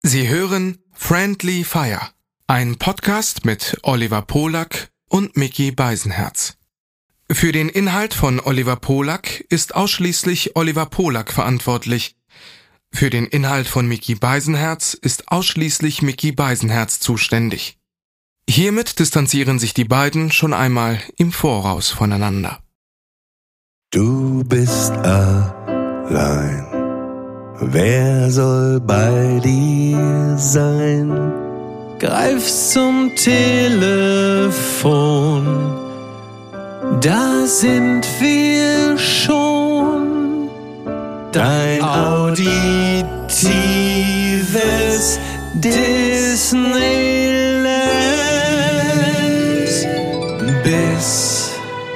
Sie hören Friendly Fire, ein Podcast mit Oliver Polak und Micky Beisenherz. Für den Inhalt von Oliver Polak ist ausschließlich Oliver Polak verantwortlich. Für den Inhalt von Micky Beisenherz ist ausschließlich Micky Beisenherz zuständig. Hiermit distanzieren sich die beiden schon einmal im Voraus voneinander. Du bist allein. Wer soll bei dir sein? Greif zum Telefon, da sind wir schon. Dein auditives Disneyland, bis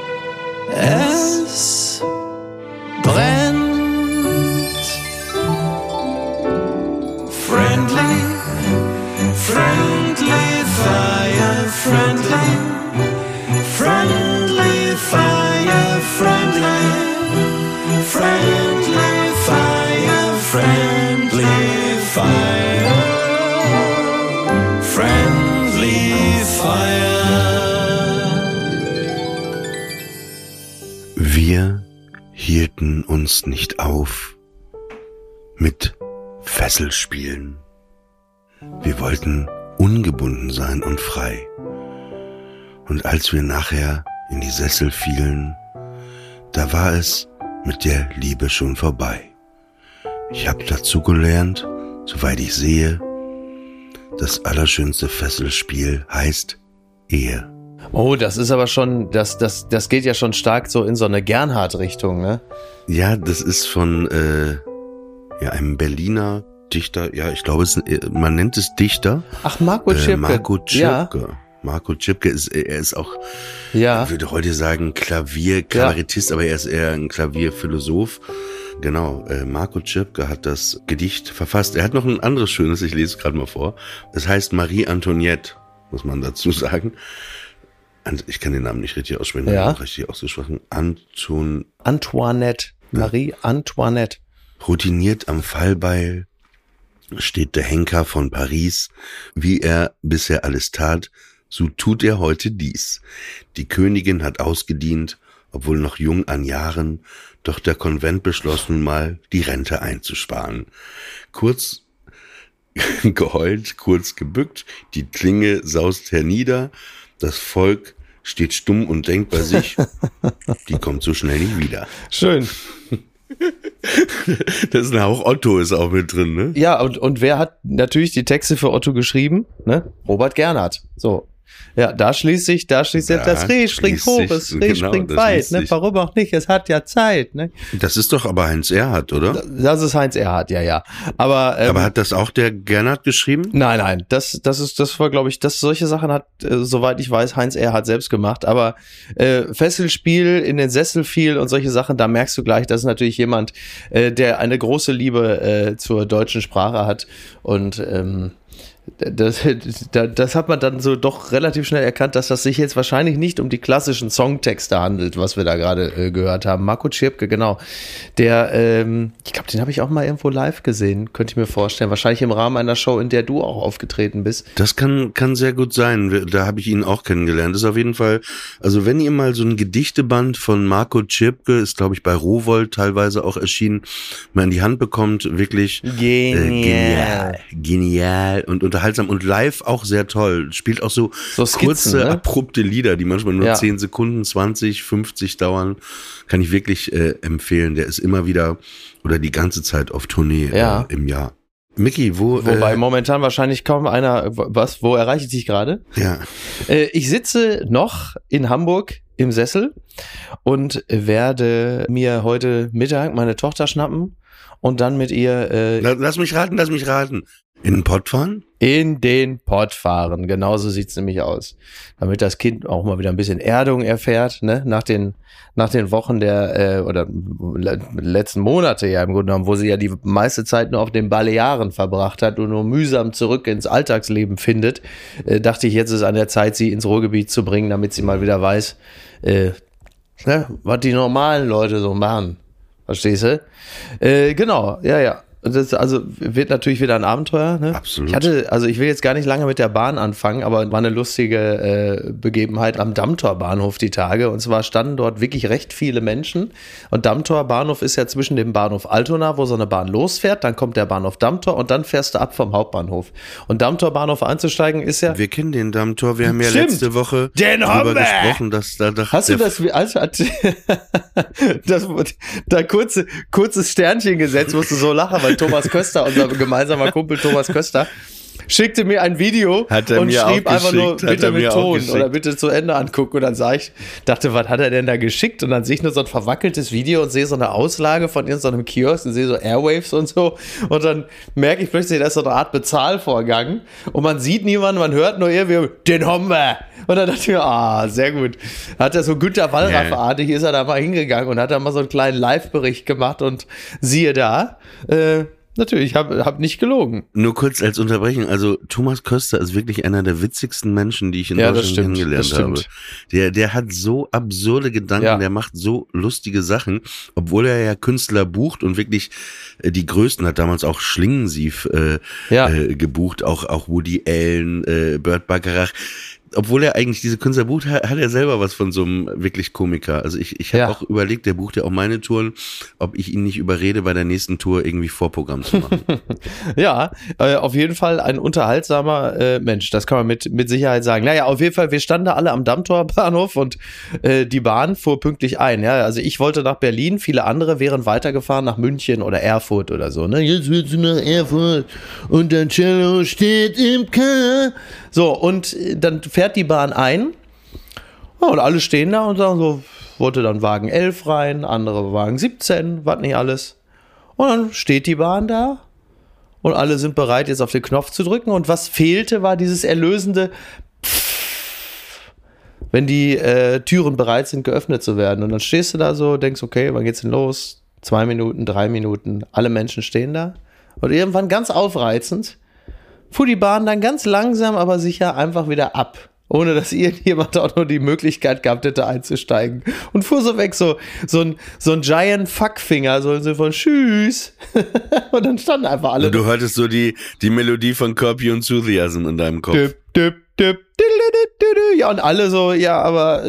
es brennt. Friendly fire, friendly fire, friendly fire, friendly fire. Wir hielten uns nicht auf mit Fesselspielen. Wir wollten ungebunden sein und frei. Und als wir nachher in die Sessel fielen, da war es mit der Liebe schon vorbei. Ich habe dazu gelernt, soweit ich sehe, das allerschönste Fesselspiel heißt Ehe. Oh, das ist aber schon, das geht ja schon stark so in so eine Gernhardt-Richtung, ne? Ja, das ist von einem Berliner Dichter, ja, ich glaube, man nennt es Dichter. Ach, Marco Zschipke. Marco Zschipke. Ja. Marco Zschipke ist auch, ja. Ich würde heute sagen Klavierkabarettist, aber er ist eher ein Klavierphilosoph. Genau, Marco Zschipke hat das Gedicht verfasst. Er hat noch ein anderes schönes, ich lese es gerade mal vor. Es heißt Marie Antoinette, muss man dazu sagen. Ich kann den Namen nicht richtig aussprechen, ja. Richtig ausgesprochen. Antoinette. Marie Antoinette. Routiniert am Fallbeil steht der Henker von Paris, wie er bisher alles tat, so tut er heute dies. Die Königin hat ausgedient, obwohl noch jung an Jahren, doch der Konvent beschloss nun mal, die Rente einzusparen. Kurz geheult, kurz gebückt, die Klinge saust hernieder, das Volk steht stumm und denkt bei sich, die kommt so schnell nicht wieder. Schön. Das ist auch Otto ist auch mit drin, ne? Ja, und wer hat natürlich die Texte für Otto geschrieben? Ne? Robert Gernhardt. So. Ja, da schließt sich das Reh springt hoch, das Reh springt weit, ne? Warum auch nicht? Es hat ja Zeit, ne? Das ist doch aber Heinz Erhardt, oder? Das ist Heinz Erhardt, ja. Aber hat das auch der Gernhardt geschrieben? Nein. Das war, glaube ich, solche Sachen hat, soweit ich weiß, Heinz Erhardt selbst gemacht. Aber Fesselspiel, in den Sessel fiel und solche Sachen, da merkst du gleich, das ist natürlich jemand, der eine große Liebe zur deutschen Sprache hat und das hat man dann so doch relativ schnell erkannt, dass das sich jetzt wahrscheinlich nicht um die klassischen Songtexte handelt, was wir da gerade gehört haben. Marco Zschipke, genau. Der, ich glaube, den habe ich auch mal irgendwo live gesehen, könnte ich mir vorstellen. Wahrscheinlich im Rahmen einer Show, in der du auch aufgetreten bist. Das kann sehr gut sein. Da habe ich ihn auch kennengelernt. Das ist auf jeden Fall, also wenn ihr mal so ein Gedichteband von Marco Zschipke, ist glaube ich bei Rowohlt teilweise auch erschienen, mal in die Hand bekommt, wirklich genial und unterhaltsam und live auch sehr toll. Spielt auch so Skizzen, kurze, ne? abrupte Lieder, die manchmal nur 10 Sekunden, 20, 50 dauern. Kann ich wirklich empfehlen. Der ist immer wieder oder die ganze Zeit auf Tournee im Jahr. Micky, wobei momentan wahrscheinlich kaum einer, wo erreiche ich dich gerade? Ja. Ich sitze noch in Hamburg im Sessel und werde mir heute Mittag meine Tochter schnappen und dann mit ihr Lass mich raten. In den Pott fahren? In den Pott fahren, genauso sieht's nämlich aus. Damit das Kind auch mal wieder ein bisschen Erdung erfährt, ne? Nach den Wochen oder letzten Monate ja im Grunde genommen, wo sie ja die meiste Zeit nur auf den Balearen verbracht hat und nur mühsam zurück ins Alltagsleben findet, dachte ich, jetzt ist an der Zeit, sie ins Ruhrgebiet zu bringen, damit sie mal wieder weiß, was die normalen Leute so machen. Verstehst du? Genau, ja. Das also wird natürlich wieder ein Abenteuer. Ne? Absolut. Ich will jetzt gar nicht lange mit der Bahn anfangen, aber war eine lustige Begebenheit am Dammtor-Bahnhof die Tage. Und zwar standen dort wirklich recht viele Menschen. Und Dammtor-Bahnhof ist ja zwischen dem Bahnhof Altona, wo so eine Bahn losfährt. Dann kommt der Bahnhof Dammtor und dann fährst du ab vom Hauptbahnhof. Und Dammtor-Bahnhof einzusteigen ist ja... Wir kennen den Dammtor. Wir haben ja Stimmt. letzte Woche Den darüber gesprochen, dass da... Hast du das da kurzes Sternchen gesetzt, musst du so lachen, weil Thomas Köster, unser gemeinsamer Kumpel Thomas Köster, schickte mir ein Video und schrieb einfach nur, bitte mit Ton oder bitte zu Ende angucken. Und dann dachte, was hat er denn da geschickt? Und dann sehe ich nur so ein verwackeltes Video und sehe so eine Auslage von irgendeinem Kiosk und sehe so Airwaves und so. Und dann merke ich plötzlich, da ist so eine Art Bezahlvorgang. Und man sieht niemanden, man hört nur irgendwie, den haben wir. Und dann dachte ich mir, sehr gut. Hat er so Günter Wallraff-artig, ist er da mal hingegangen und hat da mal so einen kleinen Live-Bericht gemacht und siehe da, natürlich, ich hab nicht gelogen. Nur kurz als Unterbrechung, also Thomas Köster ist wirklich einer der witzigsten Menschen, die ich in Deutschland kennengelernt habe. Der hat so absurde Gedanken, der macht so lustige Sachen, obwohl er ja Künstler bucht und wirklich die Größten hat damals auch Schlingensief gebucht, auch Woody Allen, Burt Bacharach. Obwohl er eigentlich diese Künstler bucht, hat er selber was von so einem wirklich Komiker. Also ich habe auch überlegt, der bucht ja auch meine Touren, ob ich ihn nicht überrede, bei der nächsten Tour irgendwie Vorprogramm zu machen. Ja, auf jeden Fall ein unterhaltsamer Mensch, das kann man mit Sicherheit sagen. Naja, auf jeden Fall, wir standen da alle am Dammtor-Bahnhof und die Bahn fuhr pünktlich ein. Ja, also ich wollte nach Berlin, viele andere wären weitergefahren nach München oder Erfurt oder so. Ne? Jetzt willst du nach Erfurt und dein Cello steht im Keller. So, und dann fährt die Bahn ein und alle stehen da und sagen so, wollte dann Wagen 11 rein, andere Wagen 17, was nicht alles. Und dann steht die Bahn da und alle sind bereit, jetzt auf den Knopf zu drücken. Und was fehlte, war dieses erlösende Pfff, wenn die Türen bereit sind, geöffnet zu werden. Und dann stehst du da so, denkst, okay, wann geht's denn los? 2 Minuten, 3 Minuten, alle Menschen stehen da. Und irgendwann ganz aufreizend fuhr die Bahn dann ganz langsam, aber sicher einfach wieder ab. Ohne dass irgendjemand auch nur die Möglichkeit gehabt hätte, einzusteigen. Und fuhr so weg, so ein Giant Fuckfinger, so von Tschüss. Und dann standen einfach alle. Und du hörtest so die Melodie von Curb Your Enthusiasm in deinem Kopf. Düpp, düpp, düpp, ja, und alle so, ja, aber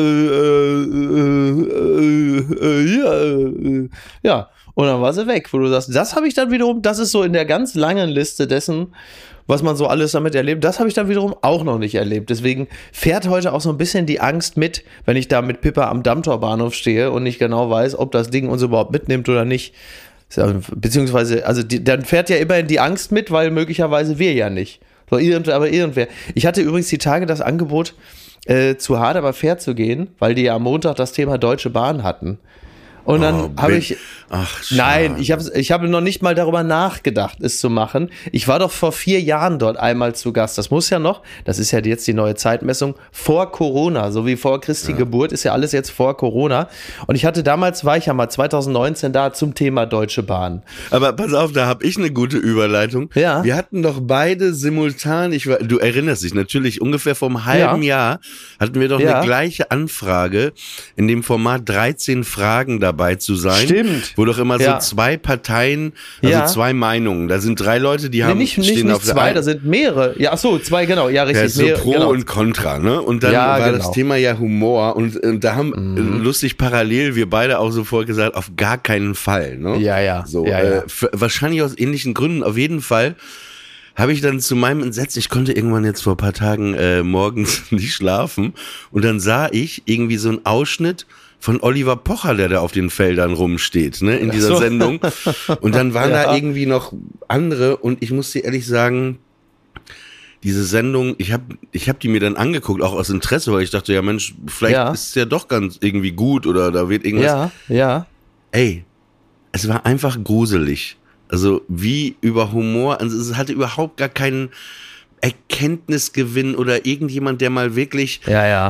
ja. Und dann war sie weg, wo du sagst, das habe ich dann wiederum, das ist so in der ganz langen Liste dessen, was man so alles damit erlebt, das habe ich dann wiederum auch noch nicht erlebt. Deswegen fährt heute auch so ein bisschen die Angst mit, wenn ich da mit Pippa am Dammtor-Bahnhof stehe und nicht genau weiß, ob das Ding uns überhaupt mitnimmt oder nicht. Beziehungsweise, also dann fährt ja immerhin die Angst mit, weil möglicherweise wir ja nicht. So, aber irgendwer. Ich hatte übrigens die Tage das Angebot, zu Haderer Pferd zu gehen, weil die ja am Montag das Thema Deutsche Bahn hatten. Und dann habe ich, nein, ich habe noch nicht mal darüber nachgedacht, es zu machen. Ich war doch vor 4 Jahren dort einmal zu Gast. Das muss ja noch, das ist ja jetzt die neue Zeitmessung, vor Corona, so wie vor Christi Geburt, ist ja alles jetzt vor Corona. Und war ich ja mal 2019 da zum Thema Deutsche Bahn. Aber pass auf, da habe ich eine gute Überleitung. Ja. Wir hatten doch beide simultan, du erinnerst dich natürlich, ungefähr vor einem halben Jahr hatten wir doch eine gleiche Anfrage in dem Format 13 Fragen dabei zu sein. Stimmt. Wo doch immer so 2 Parteien, also 2 Meinungen. Da sind 3 Leute, die haben nicht auf der 2, da sind mehrere. Ja, ach so, 2, genau. Ja, richtig. Ja, so Pro und Contra, ne? Und dann war das Thema ja Humor und da haben lustig parallel wir beide auch sofort gesagt, auf gar keinen Fall, ne? Ja. So, wahrscheinlich aus ähnlichen Gründen. Auf jeden Fall habe ich dann zu meinem Entsetzen, ich konnte irgendwann jetzt vor ein paar Tagen morgens nicht schlafen und dann sah ich irgendwie so einen Ausschnitt von Oliver Pocher, der da auf den Feldern rumsteht, ne, in dieser Sendung. Und dann waren da irgendwie noch andere und ich muss dir ehrlich sagen, diese Sendung, ich hab die mir dann angeguckt, auch aus Interesse, weil ich dachte, ja Mensch, vielleicht ist es ja doch ganz irgendwie gut oder da wird irgendwas. Ja. Ey, es war einfach gruselig. Also wie über Humor, also es hatte überhaupt gar keinen Erkenntnisgewinn oder irgendjemand, der mal wirklich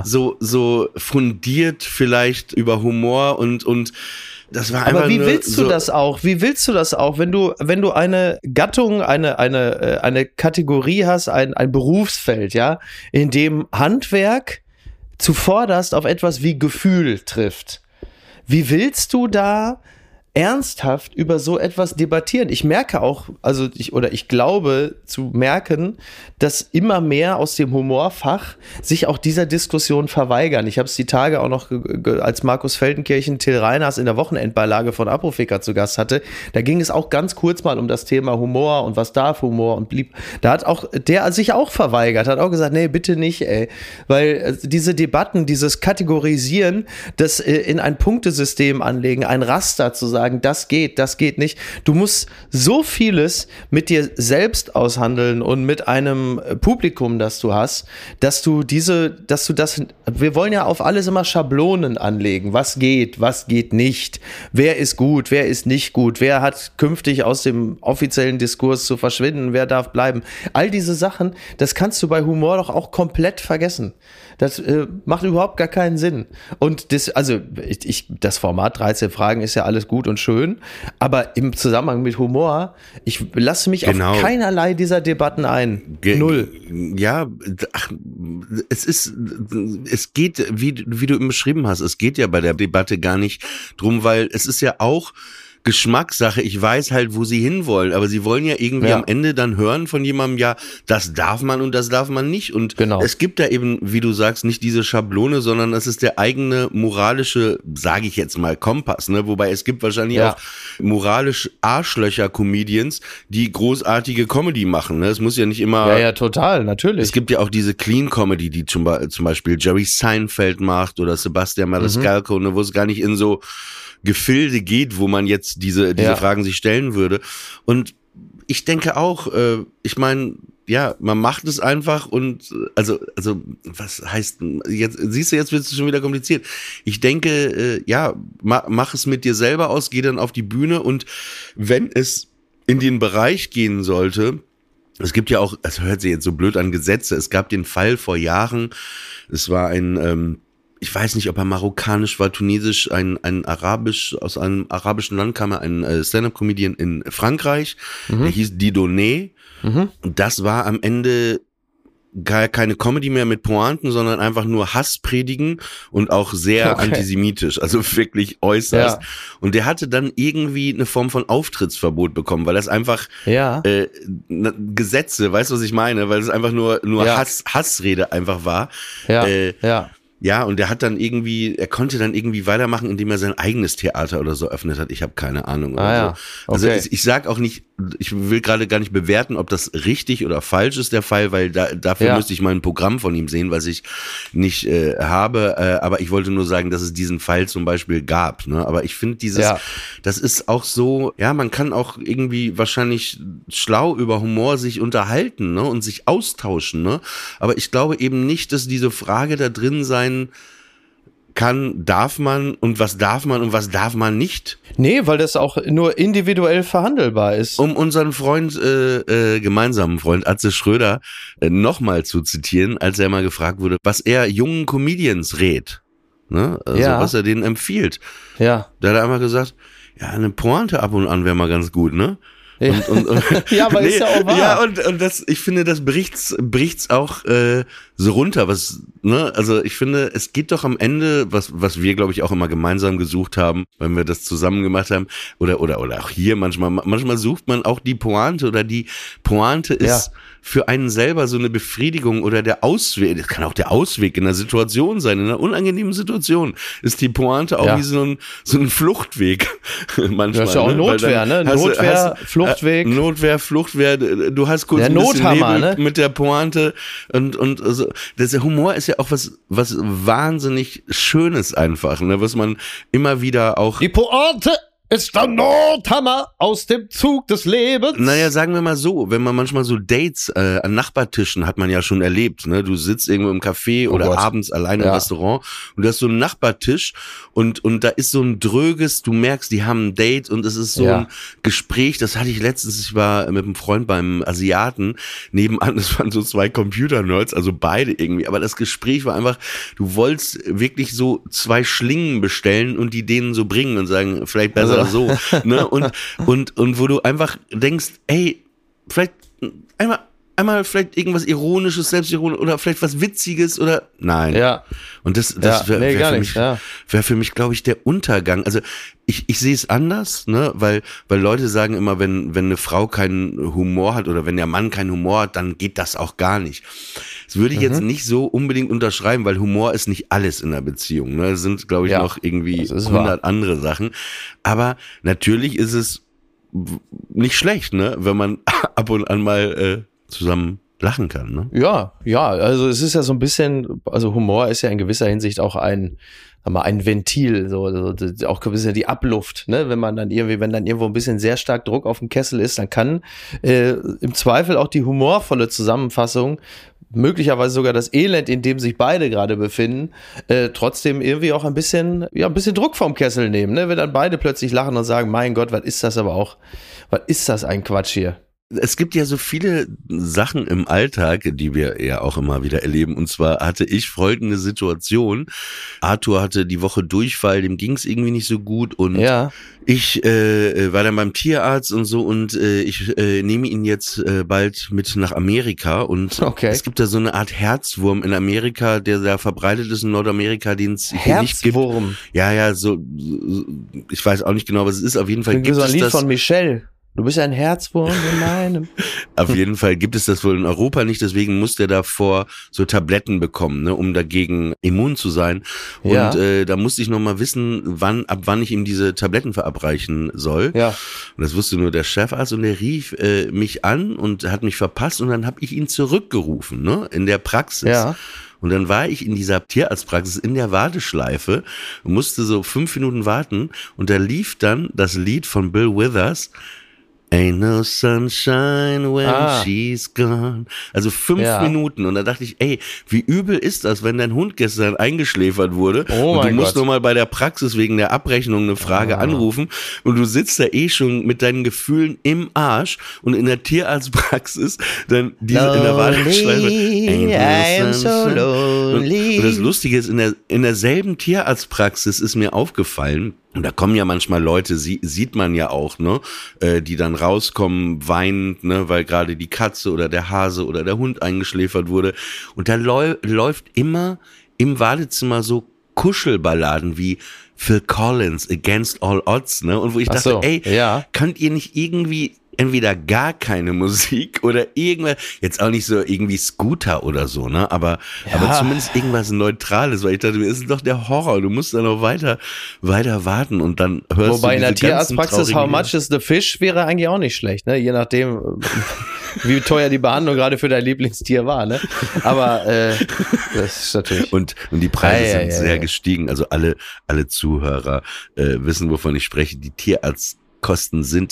so fundiert vielleicht über Humor und das war einfach. Aber wie willst du das auch? Wie willst du das auch, wenn du eine Gattung, eine Kategorie hast, ein Berufsfeld, ja, in dem Handwerk zuvorderst auf etwas wie Gefühl trifft? Wie willst du da ernsthaft über so etwas debattieren. Ich merke auch, ich glaube zu merken, dass immer mehr aus dem Humorfach sich auch dieser Diskussion verweigern. Ich habe es die Tage auch noch, als Markus Feldenkirchen Till Reiners in der Wochenendbeilage von Apofika zu Gast hatte, da ging es auch ganz kurz mal um das Thema Humor und was darf Humor und blieb. Da hat auch der sich auch verweigert, hat auch gesagt, nee, bitte nicht, ey. Weil diese Debatten, dieses Kategorisieren, das in ein Punktesystem anlegen, ein Raster zu sagen, das geht nicht. Du musst so vieles mit dir selbst aushandeln und mit einem Publikum, das du hast, wir wollen ja auf alles immer Schablonen anlegen. Was geht nicht? Wer ist gut? Wer ist nicht gut? Wer hat künftig aus dem offiziellen Diskurs zu verschwinden? Wer darf bleiben? All diese Sachen, das kannst du bei Humor doch auch komplett vergessen. Das macht überhaupt gar keinen Sinn. Und das Format 13 Fragen ist ja alles gut und schön, aber im Zusammenhang mit Humor, ich lasse mich auf keinerlei dieser Debatten ein. Null. Ja, es geht, wie du eben beschrieben hast, es geht ja bei der Debatte gar nicht drum, weil es ist ja auch Geschmackssache. Ich weiß halt, wo sie hinwollen, aber sie wollen ja irgendwie am Ende dann hören von jemandem, ja, das darf man und das darf man nicht. Und es gibt da eben, wie du sagst, nicht diese Schablone, sondern es ist der eigene moralische, sage ich jetzt mal, Kompass, ne? Wobei es gibt wahrscheinlich auch moralisch Arschlöcher-Comedians, die großartige Comedy machen, ne? Es muss ja nicht immer... Ja, total, natürlich. Es gibt ja auch diese Clean-Comedy, die zum Beispiel Jerry Seinfeld macht oder Sebastian Maniscalco, ne? Wo es gar nicht in so Gefilde geht, wo man jetzt diese Fragen sich stellen würde. Und ich denke auch, ich meine, ja, man macht es einfach und also was heißt jetzt, siehst du, jetzt wird es schon wieder kompliziert. Ich denke, mach es mit dir selber aus, geh dann auf die Bühne und wenn es in den Bereich gehen sollte, es gibt ja auch, es hört sich jetzt so blöd an, Gesetze, es gab den Fall vor Jahren, es war ich weiß nicht, ob er marokkanisch war, tunesisch, aus einem arabischen Land kam er, ein Stand-Up-Comedian in Frankreich, der hieß Dieudonné. Und das war am Ende gar keine Comedy mehr mit Pointen, sondern einfach nur Hass predigen und auch sehr antisemitisch, also wirklich äußerst. Ja. Und der hatte dann irgendwie eine Form von Auftrittsverbot bekommen, weil das einfach Gesetze, weißt du, was ich meine? Weil es einfach nur Hassrede einfach war. Ja, und er konnte dann irgendwie weitermachen, indem er sein eigenes Theater oder so eröffnet hat. Ich habe keine Ahnung. So. Also ich sag auch nicht, ich will gerade gar nicht bewerten, ob das richtig oder falsch ist, der Fall, weil dafür müsste ich mal ein Programm von ihm sehen, was ich nicht habe. Aber ich wollte nur sagen, dass es diesen Fall zum Beispiel gab. Ne? Aber ich finde das ist auch so, ja, man kann auch irgendwie wahrscheinlich schlau über Humor sich unterhalten, ne? Und sich austauschen. Ne? Aber ich glaube eben nicht, dass diese Frage da drin sein kann, darf man und was darf man nicht. Nee, weil das auch nur individuell verhandelbar ist. Um unseren gemeinsamen Freund Atze Schröder nochmal zu zitieren, als er mal gefragt wurde, was er jungen Comedians rät, ne? Also was er denen empfiehlt. Ja. Da hat er einmal gesagt, ja, eine Pointe ab und an wäre mal ganz gut, ne? Und ja, aber ist ja auch wahr. Ja, und das, ich finde, das bricht's auch so runter, also ich finde, es geht doch am Ende, was wir, glaube ich, auch immer gemeinsam gesucht haben, wenn wir das zusammen gemacht haben, oder auch hier manchmal sucht man auch die Pointe, oder die Pointe ist für einen selber so eine Befriedigung oder der Ausweg, das kann auch der Ausweg in einer Situation sein, in einer unangenehmen Situation, ist die Pointe auch wie so ein Fluchtweg manchmal. Das ist ja auch Notwehr, ne? Fluchtweg. Notwehr, Fluchtwehr, du hast kurz ein bisschen Nebel mit der Pointe und also, der Humor ist ja auch was wahnsinnig Schönes einfach, ne, was man immer wieder auch... Die Pointe ist der Nothammer aus dem Zug des Lebens. Naja, sagen wir mal so, wenn man manchmal so Dates an Nachbartischen hat man ja schon erlebt, ne? Du sitzt irgendwo im Café oder abends allein im Restaurant und du hast so einen Nachbartisch und da ist so ein dröges, du merkst, die haben ein Date und es ist so ein Gespräch, das hatte ich letztens, ich war mit einem Freund beim Asiaten, nebenan, das waren so zwei Computer-Nerds, also beide irgendwie, aber das Gespräch war einfach, du wolltest wirklich so 2 Schlingen bestellen und die denen so bringen und sagen, vielleicht besser so, ne? Und wo du einfach denkst, ey, vielleicht einmal vielleicht irgendwas Ironisches, Selbstironisch oder vielleicht was Witziges oder nein. Ja. Und das wäre für mich, glaube ich, der Untergang. Also ich sehe es anders, ne, weil Leute sagen immer, wenn eine Frau keinen Humor hat oder wenn der Mann keinen Humor hat, dann geht das auch gar nicht. Das würde ich jetzt nicht so unbedingt unterschreiben, weil Humor ist nicht alles in einer Beziehung. Ne? Es sind, glaube ich, noch irgendwie 100 andere Sachen. Aber natürlich ist es nicht schlecht, ne, wenn man ab und an mal zusammen lachen kann, ne? Ja, also es ist ja so ein bisschen, also Humor ist ja in gewisser Hinsicht auch ein Ventil, so auch ein bisschen die Abluft, ne? Wenn dann irgendwo ein bisschen sehr stark Druck auf dem Kessel ist, dann kann im Zweifel auch die humorvolle Zusammenfassung, möglicherweise sogar das Elend, in dem sich beide gerade befinden, trotzdem irgendwie auch ein bisschen Druck vom Kessel nehmen, ne? Wenn dann beide plötzlich lachen und sagen, mein Gott, was ist das ein Quatsch hier? Es gibt ja so viele Sachen im Alltag, die wir ja auch immer wieder erleben. Und zwar hatte ich folgende Situation. Arthur hatte die Woche Durchfall, dem ging es irgendwie nicht so gut. Und ich war dann beim Tierarzt und so. Und ich nehme ihn jetzt bald mit nach Amerika. Und es gibt da so eine Art Herzwurm in Amerika, der da verbreitet ist in Nordamerika, den es hier nicht gibt. Herzwurm? Ja, so ich weiß auch nicht genau, was es ist. Auf jeden Fall gibt es das. So ein Lied von Michelle. Du bist ein Herzwurm in meinem. Auf jeden Fall gibt es das wohl in Europa nicht, deswegen muss der davor so Tabletten bekommen, ne, um dagegen immun zu sein. Und da musste ich nochmal wissen, ab wann ich ihm diese Tabletten verabreichen soll. Ja. Und das wusste nur der Chefarzt und der rief mich an und hat mich verpasst und dann habe ich ihn zurückgerufen, ne, in der Praxis. Ja. Und dann war ich in dieser Tierarztpraxis in der Warteschleife und musste so 5 Minuten warten und da lief dann das Lied von Bill Withers, Ain't no sunshine when she's gone. Also 5 Minuten. Und da dachte ich, ey, wie übel ist das, wenn dein Hund gestern eingeschläfert wurde und du musst nochmal bei der Praxis wegen der Abrechnung eine Frage anrufen und du sitzt da schon mit deinen Gefühlen im Arsch und in der Tierarztpraxis dann in der Warteschleife Ain't no sunshine. Und das Lustige ist, in derselben Tierarztpraxis ist mir aufgefallen, und da kommen ja manchmal Leute, sieht man ja auch, ne, die dann rauskommen, weinend, ne, weil gerade die Katze oder der Hase oder der Hund eingeschläfert wurde. Und da läuft immer im Wartezimmer so Kuschelballaden wie Phil Collins, Against All Odds, ne, und wo ich dachte, könnt ihr nicht irgendwie entweder gar keine Musik oder irgendwas, jetzt auch nicht so irgendwie Scooter oder so, ne, aber zumindest irgendwas Neutrales, weil ich dachte, das ist doch der Horror, du musst da noch weiter warten und dann hörst du Wobei in der Tierarztpraxis How Much is the Fish wäre eigentlich auch nicht schlecht, ne, je nachdem, wie teuer die Behandlung gerade für dein Lieblingstier war, ne, aber das ist natürlich... Und die Preise sind sehr gestiegen, also alle Zuhörer wissen, wovon ich spreche, die Tierarztkosten sind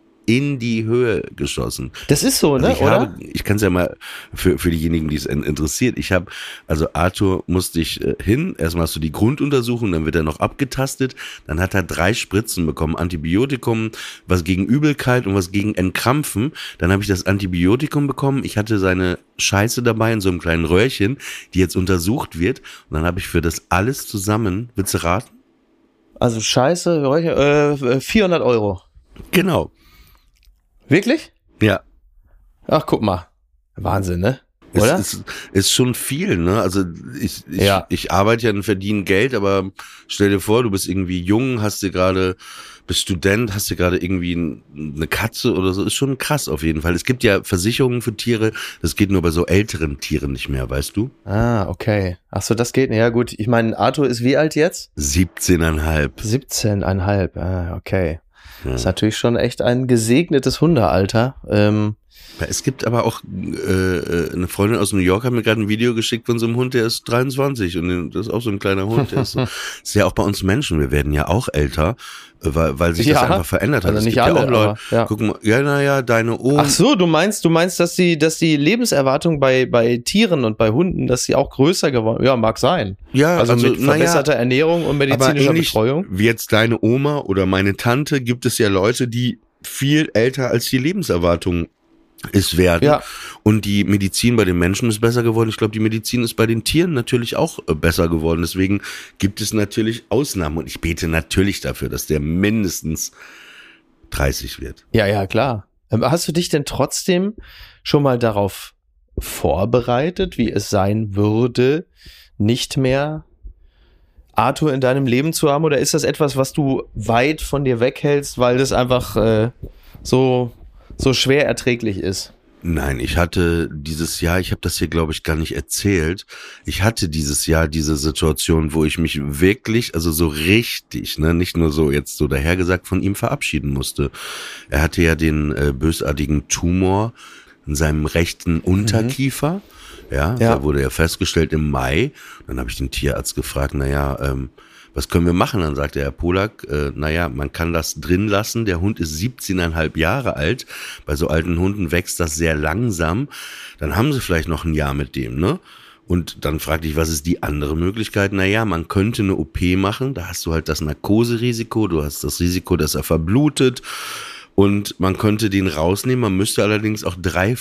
in die Höhe geschossen. Das ist so, ne, oder? Ich kann es ja mal für diejenigen, die es interessiert. Also Arthur musste ich hin, erstmal hast du die Grunduntersuchung, dann wird er noch abgetastet, dann hat er 3 Spritzen bekommen, Antibiotikum, was gegen Übelkeit und was gegen Entkrampfen. Dann habe ich das Antibiotikum bekommen, ich hatte seine Scheiße dabei in so einem kleinen Röhrchen, die jetzt untersucht wird und dann habe ich für das alles zusammen, willst du raten? Also Scheiße, 400 €. Genau. Wirklich? Ja. Ach, guck mal. Wahnsinn, ne? Oder? Es ist schon viel, ne? Also ich arbeite ja und verdiene Geld, aber stell dir vor, du bist irgendwie jung, bist Student, hast dir gerade irgendwie eine Katze oder so, ist schon krass auf jeden Fall. Es gibt ja Versicherungen für Tiere, das geht nur bei so älteren Tieren nicht mehr, weißt du? Ah, okay. Ach so, das geht nicht. Ja gut, ich meine, Arthur ist wie alt jetzt? 17,5. 17,5, okay. Ja. Das ist natürlich schon echt ein gesegnetes Hundealter. Es gibt aber auch eine Freundin aus New York hat mir gerade ein Video geschickt von so einem Hund, der ist 23 und das ist auch so ein kleiner Hund. Der ist ja auch bei uns Menschen, wir werden ja auch älter, weil sich das einfach verändert hat. Also nicht alle, auch Leute, aber, guck mal, deine Oma. Ach so, du meinst, dass die Lebenserwartung bei Tieren und bei Hunden, dass sie auch größer geworden, ja, mag sein. Ja, also mit verbesserter Ernährung und medizinischer Betreuung. Wie jetzt deine Oma oder meine Tante, gibt es ja Leute, die viel älter als die Lebenserwartung ist werden. Ja. Und die Medizin bei den Menschen ist besser geworden. Ich glaube, die Medizin ist bei den Tieren natürlich auch besser geworden. Deswegen gibt es natürlich Ausnahmen. Und ich bete natürlich dafür, dass der mindestens 30 wird. Ja, klar. Hast du dich denn trotzdem schon mal darauf vorbereitet, wie es sein würde, nicht mehr Arthur in deinem Leben zu haben? Oder ist das etwas, was du weit von dir weghältst, weil das einfach so schwer erträglich ist? Nein, ich hatte dieses Jahr, ich habe das hier, glaube ich, gar nicht erzählt, ich hatte dieses Jahr diese Situation, wo ich mich wirklich, also so richtig, ne, nicht nur so jetzt so dahergesagt, von ihm verabschieden musste. Er hatte ja den bösartigen Tumor in seinem rechten Unterkiefer, ja, da wurde ja festgestellt im Mai. Dann habe ich den Tierarzt gefragt, was können wir machen? Dann sagte Herr Polak, man kann das drin lassen. Der Hund ist 17,5 Jahre alt. Bei so alten Hunden wächst das sehr langsam. Dann haben sie vielleicht noch ein Jahr mit dem, ne? Und dann fragte ich, was ist die andere Möglichkeit? Man könnte eine OP machen. Da hast du halt das Narkoserisiko. Du hast das Risiko, dass er verblutet. Und man könnte den rausnehmen. Man müsste allerdings auch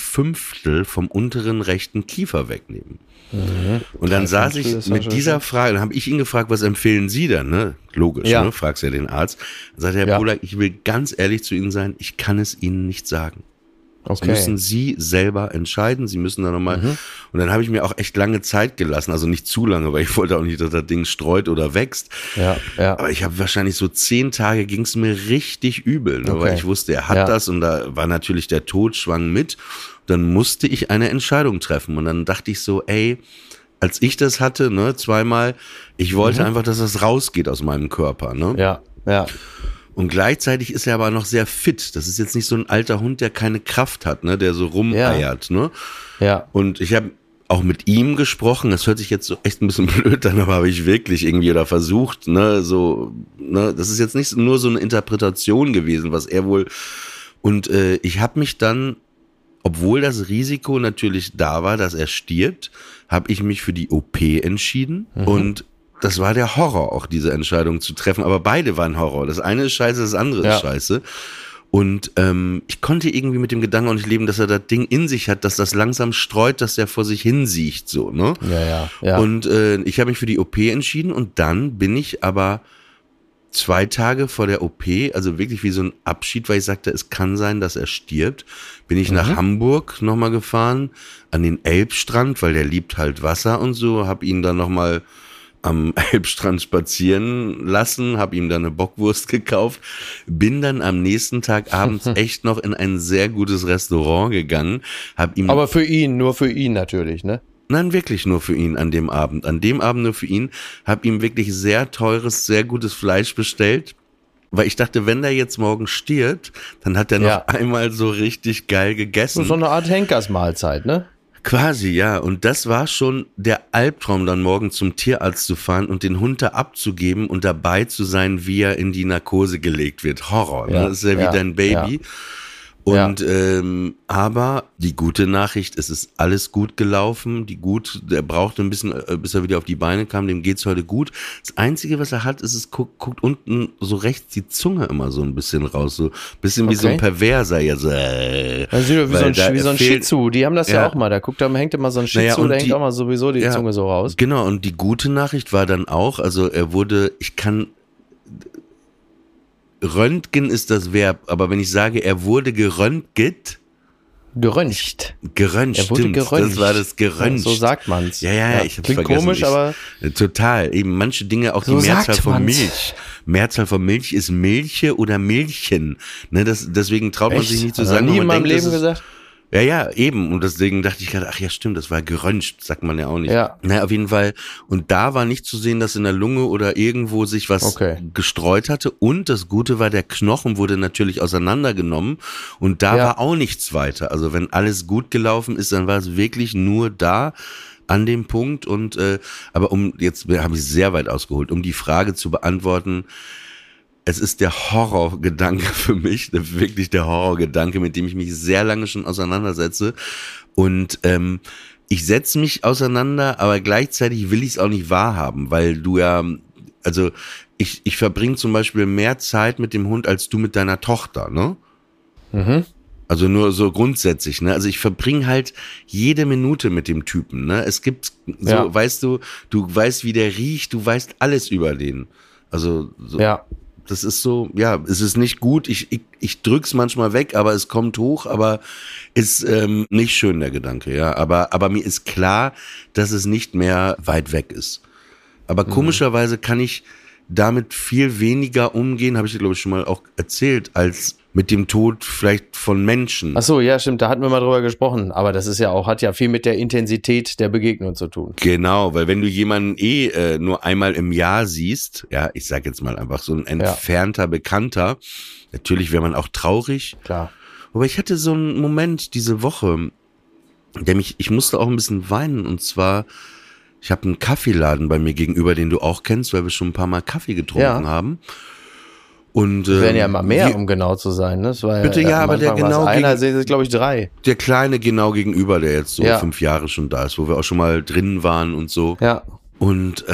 3/5 vom unteren rechten Kiefer wegnehmen. Und dann saß ich mit dieser Frage, dann habe ich ihn gefragt, was empfehlen Sie dann, ne? Logisch, ne? Fragst ja den Arzt. Dann sagte Herr Polak, ich will ganz ehrlich zu Ihnen sein, ich kann es Ihnen nicht sagen. Das müssen Sie selber entscheiden, Sie müssen da nochmal, und dann habe ich mir auch echt lange Zeit gelassen, also nicht zu lange, weil ich wollte auch nicht, dass das Ding streut oder wächst. Aber ich habe wahrscheinlich so 10 Tage ging es mir richtig übel, ne? Weil ich wusste, er hat das, und da war natürlich der Tod schwang mit. Dann musste ich eine Entscheidung treffen, und dann dachte ich so, als ich das hatte, ne, zweimal, ich wollte einfach, dass das rausgeht aus meinem Körper, ne? Ja. Und gleichzeitig ist er aber noch sehr fit. Das ist jetzt nicht so ein alter Hund, der keine Kraft hat, ne, der so rumeiert, ne? Ja. Und ich habe auch mit ihm gesprochen. Das hört sich jetzt so echt ein bisschen blöd an, aber habe ich wirklich irgendwie oder versucht, ne, so, ne, das ist jetzt nicht nur so eine Interpretation gewesen, was er wohl, und ich habe mich dann, obwohl das Risiko natürlich da war, dass er stirbt, habe ich mich für die OP entschieden. Und das war der Horror, auch diese Entscheidung zu treffen. Aber beide waren Horror. Das eine ist scheiße, das andere ist scheiße. Und ich konnte irgendwie mit dem Gedanken auch nicht leben, dass er das Ding in sich hat, dass das langsam streut, dass er vor sich hinsiecht, so, ne? Ja. Und ich habe mich für die OP entschieden, und dann bin ich aber 2 Tage vor der OP, also wirklich wie so ein Abschied, weil ich sagte, es kann sein, dass er stirbt, bin ich nach Hamburg nochmal gefahren, an den Elbstrand, weil der liebt halt Wasser und so, hab ihn dann nochmal am Elbstrand spazieren lassen, hab ihm dann eine Bockwurst gekauft, bin dann am nächsten Tag abends echt noch in ein sehr gutes Restaurant gegangen, hab ihm... Aber nur für ihn natürlich, ne? Nein, wirklich nur für ihn an dem Abend. An dem Abend nur für ihn. Hab ihm wirklich sehr teures, sehr gutes Fleisch bestellt. Weil ich dachte, wenn der jetzt morgen stirbt, dann hat er noch einmal so richtig geil gegessen. So eine Art Henkersmahlzeit, ne? Quasi, ja. Und das war schon der Albtraum, dann morgen zum Tierarzt zu fahren und den Hund da abzugeben und dabei zu sein, wie er in die Narkose gelegt wird. Horror, ne? Das ist ja wie dein Baby. Ja. Und aber die gute Nachricht, es ist alles gut gelaufen. Der brauchte ein bisschen, bis er wieder auf die Beine kam, dem geht's heute gut. Das Einzige, was er hat, ist, es guckt unten so rechts die Zunge immer so ein bisschen raus, so ein bisschen wie so ein Perverser jetzt. Also wie so ein Shih Tzu, die haben das ja auch mal, da hängt immer so ein Shih Tzu, da hängt auch mal sowieso die Zunge so raus. Genau, und die gute Nachricht war dann auch, also Röntgen ist das Verb, aber wenn ich sage, er wurde geröntgt. Geröntgt. Geröntgt, stimmt. Das war das geröntgt. So sagt man's. Ja, ich hab's vergessen. Komisch, aber... Total. Eben manche Dinge, auch so die Mehrzahl von Milch. Mehrzahl von Milch ist Milche oder Milchen. Ne, deswegen traut man sich nicht zu sagen. Nie in meinem Leben gesagt? Ja, eben. Und deswegen dachte ich gerade, ach ja, stimmt, das war geröntgt, sagt man ja auch nicht. Ja. Na, auf jeden Fall. Und da war nicht zu sehen, dass in der Lunge oder irgendwo sich was gestreut hatte. Und das Gute war, der Knochen wurde natürlich auseinandergenommen. Und da war auch nichts weiter. Also wenn alles gut gelaufen ist, dann war es wirklich nur da an dem Punkt. Und aber jetzt habe ich sehr weit ausgeholt, um die Frage zu beantworten. Es ist der Horrorgedanke für mich, wirklich der Horrorgedanke, mit dem ich mich sehr lange schon auseinandersetze. Und ich setze mich auseinander, aber gleichzeitig will ich es auch nicht wahrhaben, weil du ja, also ich verbringe zum Beispiel mehr Zeit mit dem Hund als du mit deiner Tochter, ne? Also nur so grundsätzlich, ne? Also ich verbringe halt jede Minute mit dem Typen, ne? Es gibt so, weißt du weißt, wie der riecht, du weißt alles über den. Also so. Ja. das ist so, ja, es ist nicht gut. Ich drück's manchmal weg, aber es kommt hoch, aber ist nicht schön, der Gedanke, ja. Aber mir ist klar, dass es nicht mehr weit weg ist. Aber komischerweise kann ich damit viel weniger umgehen, habe ich dir, glaube ich, schon mal auch erzählt, als mit dem Tod vielleicht von Menschen. Ach so, ja, stimmt, da hatten wir mal drüber gesprochen. Aber das ist ja auch, hat ja viel mit der Intensität der Begegnung zu tun. Genau, weil wenn du jemanden nur einmal im Jahr siehst, ja, ich sag jetzt mal einfach so ein entfernter Bekannter, natürlich wäre man auch traurig. Klar. Aber ich hatte so einen Moment diese Woche, ich musste auch ein bisschen weinen, und zwar, ich habe einen Kaffeeladen bei mir gegenüber, den du auch kennst, weil wir schon ein paar Mal Kaffee getrunken haben. Und es werden ja immer mehr, um genau zu sein. Ne? Das war bitte, ja, aber der genau einer, sind glaube ich 3. Der kleine genau gegenüber, der jetzt so 5 Jahre schon da ist, wo wir auch schon mal drin waren und so. Ja. Und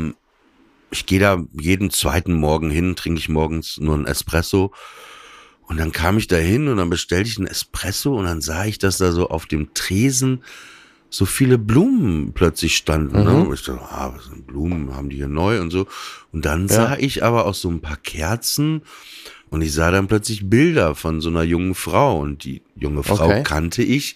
ich gehe da jeden zweiten Morgen hin, trinke ich morgens nur einen Espresso. Und dann kam ich da hin und dann bestellte ich einen Espresso und dann sah ich, dass da so auf dem Tresen so viele Blumen plötzlich standen. Ne? Und ich dachte, was sind Blumen, haben die hier neu und so. Und dann sah ich aber auch so ein paar Kerzen und ich sah dann plötzlich Bilder von so einer jungen Frau. Und die junge Frau kannte ich,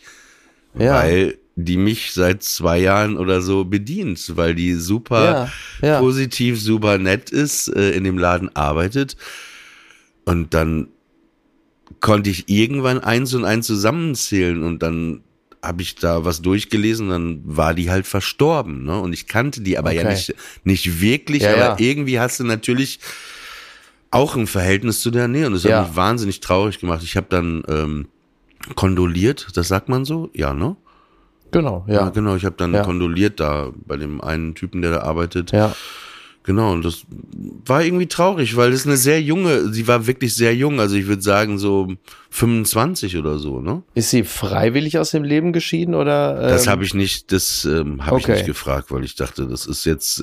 weil die mich seit 2 Jahren oder so bedient, weil die super positiv, super nett ist, in dem Laden arbeitet. Und dann konnte ich irgendwann 1 und 1 zusammenzählen und dann habe ich da was durchgelesen, dann war die halt verstorben, ne? Und ich kannte die aber ja nicht wirklich, aber irgendwie hast du natürlich auch ein Verhältnis zu der Nähe und das hat mich wahnsinnig traurig gemacht. Ich habe dann kondoliert, das sagt man so, ja, ne? Genau, ja. Genau, ich habe dann kondoliert da bei dem einen Typen, der da arbeitet. Ja. Genau, und das war irgendwie traurig, weil das sie war wirklich sehr jung, also ich würde sagen so 25 oder so, ne? Ist sie freiwillig aus dem Leben geschieden oder? Das habe ich nicht, ich nicht gefragt, weil ich dachte, das ist jetzt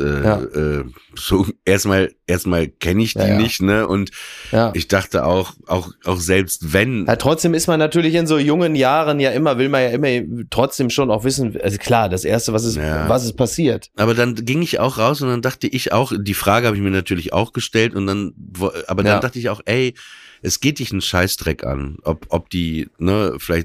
so erstmal kenne ich die nicht, ne? Und ich dachte auch selbst wenn. Ja, trotzdem ist man natürlich in so jungen Jahren will man ja immer trotzdem schon auch wissen, also klar, das Erste, was ist passiert. Aber dann ging ich auch raus und dann dachte ich auch, die Frage habe ich mir natürlich auch gestellt und dann dachte ich auch, ey, es geht dich einen Scheißdreck an, ob die, ne, vielleicht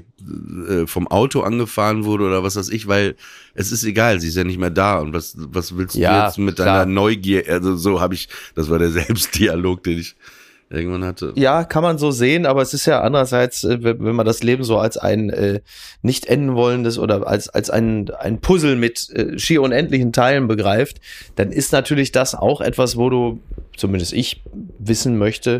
vom Auto angefahren wurde oder was weiß ich, weil es ist egal, sie ist ja nicht mehr da und was willst du jetzt mit deiner Neugier, also das war der Selbstdialog, den ich irgendwann hatte. Ja, kann man so sehen, aber es ist ja andererseits, wenn man das Leben so als ein nicht enden wollendes oder als ein Puzzle mit schier unendlichen Teilen begreift, dann ist natürlich das auch etwas, wo du, zumindest ich, wissen möchte,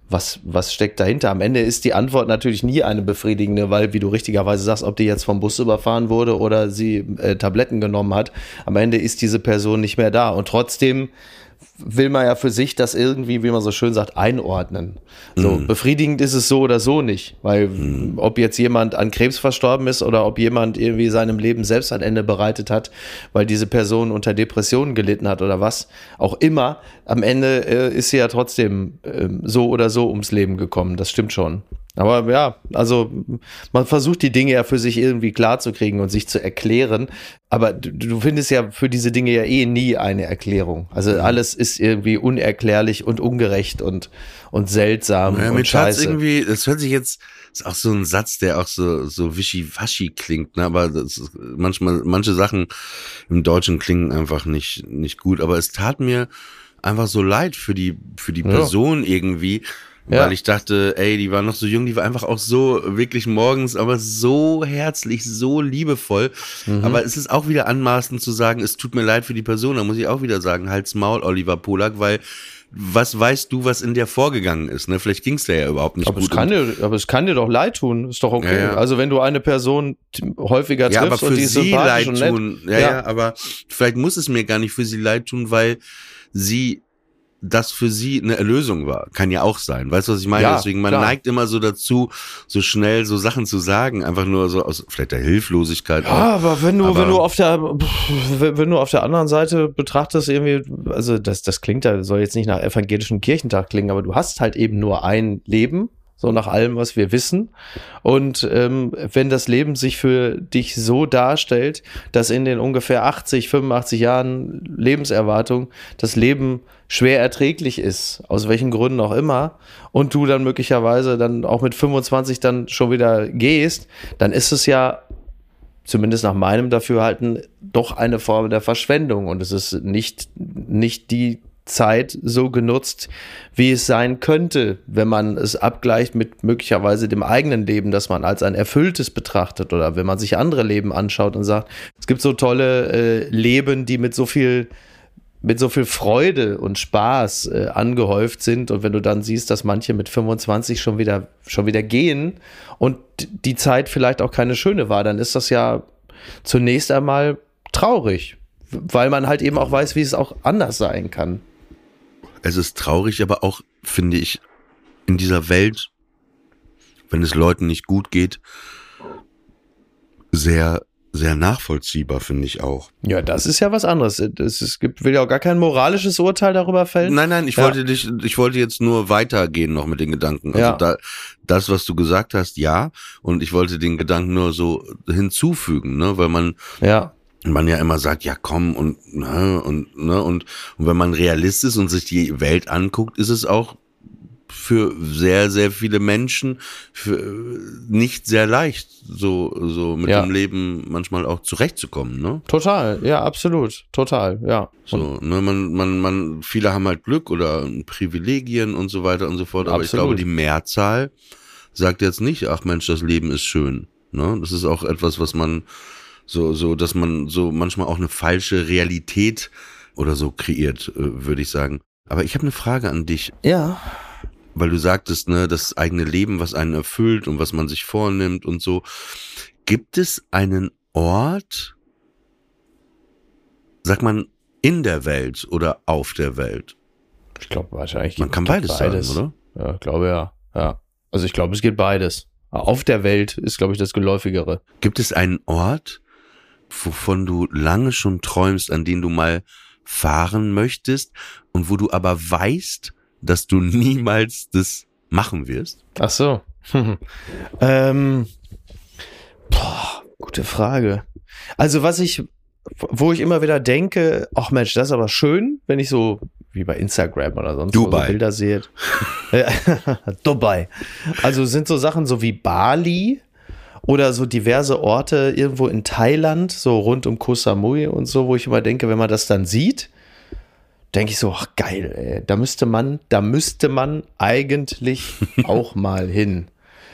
was steckt dahinter? Am Ende ist die Antwort natürlich nie eine befriedigende, weil, wie du richtigerweise sagst, ob die jetzt vom Bus überfahren wurde oder sie Tabletten genommen hat, am Ende ist diese Person nicht mehr da. Und trotzdem will man ja für sich das irgendwie, wie man so schön sagt, einordnen. So, befriedigend ist es so oder so nicht, weil ob jetzt jemand an Krebs verstorben ist oder ob jemand irgendwie seinem Leben selbst ein Ende bereitet hat, weil diese Person unter Depressionen gelitten hat oder was auch immer, am Ende ist sie ja trotzdem so oder so ums Leben gekommen, das stimmt schon. Aber ja, also man versucht die Dinge ja für sich irgendwie klar zu kriegen und sich zu erklären, aber du findest ja für diese Dinge ja nie eine Erklärung. Also alles ist irgendwie unerklärlich und ungerecht und seltsam und scheiße. Irgendwie, das hört sich jetzt, ist auch so ein Satz, der auch so wischiwaschi klingt, ne? Aber das ist manche Sachen im Deutschen klingen einfach nicht gut, aber es tat mir einfach so leid für die Person irgendwie. Weil ich dachte, ey, die war noch so jung, die war einfach auch so wirklich morgens, aber so herzlich, so liebevoll. Aber es ist auch wieder anmaßend zu sagen, es tut mir leid für die Person. Da muss ich auch wieder sagen, halt's Maul, Oliver Polak, weil was weißt du, was in der vorgegangen ist? Ne? Vielleicht ging's der ja überhaupt nicht gut. Aber es kann dir doch leid tun, ist doch okay. Ja. Also wenn du eine Person häufiger triffst aber für und die ist sie sympathisch leid und tun. nett. Ja, aber vielleicht muss es mir gar nicht für sie leid tun, weil das für sie eine Erlösung war. Kann ja auch sein. Weißt du, was ich meine? Ja, deswegen, man klar. neigt immer so dazu, so schnell so Sachen zu sagen, einfach nur so aus vielleicht der Hilflosigkeit. Ja, aber wenn du auf der anderen Seite betrachtest, irgendwie, also das klingt, da soll jetzt nicht nach evangelischem Kirchentag klingen, aber du hast halt eben nur ein Leben. so nach allem, was wir wissen. Und wenn das Leben sich für dich so darstellt, dass in den ungefähr 80, 85 Jahren Lebenserwartung das Leben schwer erträglich ist, aus welchen Gründen auch immer, und du dann möglicherweise dann auch mit 25 dann schon wieder gehst, dann ist es ja, zumindest nach meinem Dafürhalten, doch eine Form der Verschwendung, und es ist nicht die Zeit so genutzt, wie es sein könnte, wenn man es abgleicht mit möglicherweise dem eigenen Leben, das man als ein erfülltes betrachtet, oder wenn man sich andere Leben anschaut und sagt, es gibt so tolle Leben, die mit so viel Freude und Spaß angehäuft sind, und wenn du dann siehst, dass manche mit 25 schon wieder gehen und die Zeit vielleicht auch keine schöne war, dann ist das ja zunächst einmal traurig, weil man halt eben auch weiß, wie es auch anders sein kann. Es ist traurig, aber auch, finde ich, in dieser Welt, wenn es Leuten nicht gut geht, sehr, sehr nachvollziehbar, finde ich auch. Ja, das ist ja was anderes. Will ja auch gar kein moralisches Urteil darüber fällen. Nein, ich wollte jetzt nur weitergehen noch mit den Gedanken. Also das, was du gesagt hast, ja, und ich wollte den Gedanken nur so hinzufügen, ne, weil man ja immer sagt, ja komm, und wenn man Realist ist und sich die Welt anguckt, ist es auch für sehr, sehr viele Menschen nicht sehr leicht, so mit dem Leben manchmal auch zurechtzukommen, ne? Total, ja, absolut, total, ja. So, ne, viele haben halt Glück oder Privilegien und so weiter und so fort, aber absolut. Ich glaube, die Mehrzahl sagt jetzt nicht, ach Mensch, das Leben ist schön, ne? Das ist auch etwas, was man dass man so manchmal auch eine falsche Realität oder so kreiert, würde ich sagen. Aber ich habe eine Frage an dich. Ja. Weil du sagtest, ne, das eigene Leben, was einen erfüllt und was man sich vornimmt und so. Gibt es einen Ort, sagt man, in der Welt oder auf der Welt? Ich glaube wahrscheinlich. Man kann beides sagen, oder? Ja, ich glaube ja. Also ich glaube, es geht beides. Auf der Welt ist, glaube ich, das Geläufigere. Gibt es einen Ort, wovon du lange schon träumst, an den du mal fahren möchtest und wo du aber weißt, dass du niemals das machen wirst? Ach so. Gute Frage. Also wo ich immer wieder denke, ach Mensch, das ist aber schön, wenn ich so wie bei Instagram oder sonst wo so Bilder sehe. Dubai. Also sind so Sachen so wie Bali oder so diverse Orte irgendwo in Thailand, so rund um Koh Samui und so, wo ich immer denke, wenn man das dann sieht, denke ich so, ach geil, ey, da müsste man eigentlich auch mal hin.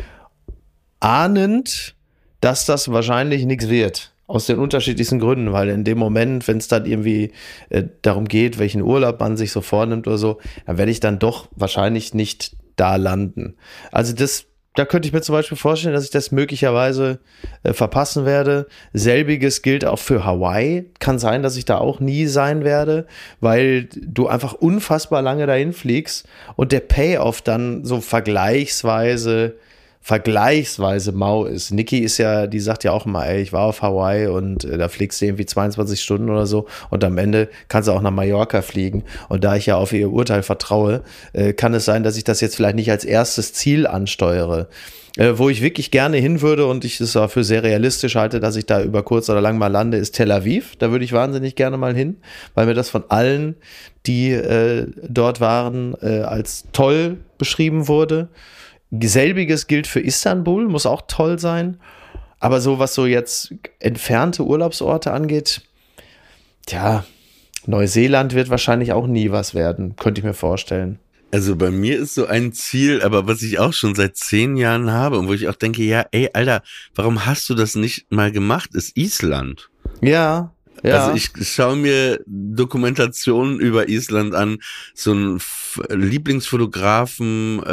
Ahnend, dass das wahrscheinlich nichts wird. Aus den unterschiedlichsten Gründen, weil in dem Moment, wenn es dann irgendwie darum geht, welchen Urlaub man sich so vornimmt oder so, dann werde ich dann doch wahrscheinlich nicht da landen. Also da könnte ich mir zum Beispiel vorstellen, dass ich das möglicherweise verpassen werde. Selbiges gilt auch für Hawaii. Kann sein, dass ich da auch nie sein werde, weil du einfach unfassbar lange dahin fliegst und der Payoff dann so vergleichsweise mau ist. Niki ist ja, die sagt ja auch immer, ey, ich war auf Hawaii und da fliegst du irgendwie 22 Stunden oder so und am Ende kannst du auch nach Mallorca fliegen. Und da ich ja auf ihr Urteil vertraue, kann es sein, dass ich das jetzt vielleicht nicht als erstes Ziel ansteuere. Wo ich wirklich gerne hin würde und ich es auch für sehr realistisch halte, dass ich da über kurz oder lang mal lande, ist Tel Aviv. Da würde ich wahnsinnig gerne mal hin, weil mir das von allen, die dort waren, als toll beschrieben wurde. Selbiges gilt für Istanbul, muss auch toll sein. Aber so, was so jetzt entfernte Urlaubsorte angeht, tja, Neuseeland wird wahrscheinlich auch nie was werden, könnte ich mir vorstellen. Also bei mir ist so ein Ziel, aber was ich auch schon seit 10 Jahren habe und wo ich auch denke, ja, ey, Alter, warum hast du das nicht mal gemacht, ist Island. Ja. Also ich schaue mir Dokumentationen über Island an, so ein Lieblingsfotografen,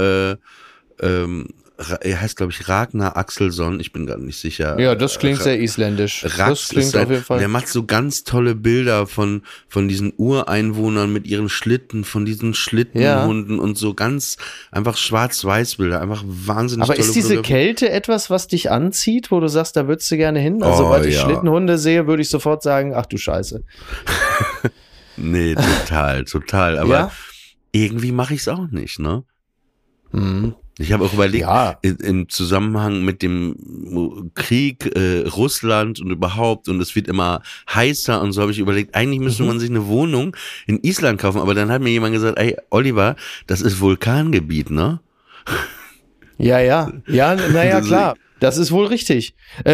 er heißt, glaube ich, Ragnar Axelsson, ich bin gar nicht sicher. Ja, das klingt sehr isländisch. Das klingt auf jeden Fall. Der macht so ganz tolle Bilder von diesen Ureinwohnern mit ihren Schlitten, von diesen Schlittenhunden und so ganz einfach Schwarz-Weiß-Bilder, einfach wahnsinnig tolle Bilder. Aber ist diese Kälte etwas, was dich anzieht, wo du sagst, da würdest du gerne hin? Also, sobald ich Schlittenhunde sehe, würde ich sofort sagen, ach du Scheiße. Nee, total. Aber irgendwie mache ich es auch nicht, ne? Mhm. Ich habe auch überlegt, Ja. im Zusammenhang mit dem Krieg, Russland und überhaupt, und es wird immer heißer und so, habe ich überlegt, eigentlich müsste man sich eine Wohnung in Island kaufen, aber dann hat mir jemand gesagt, ey, Oliver, das ist Vulkangebiet, ne? Ja, naja, klar. Das ist wohl richtig.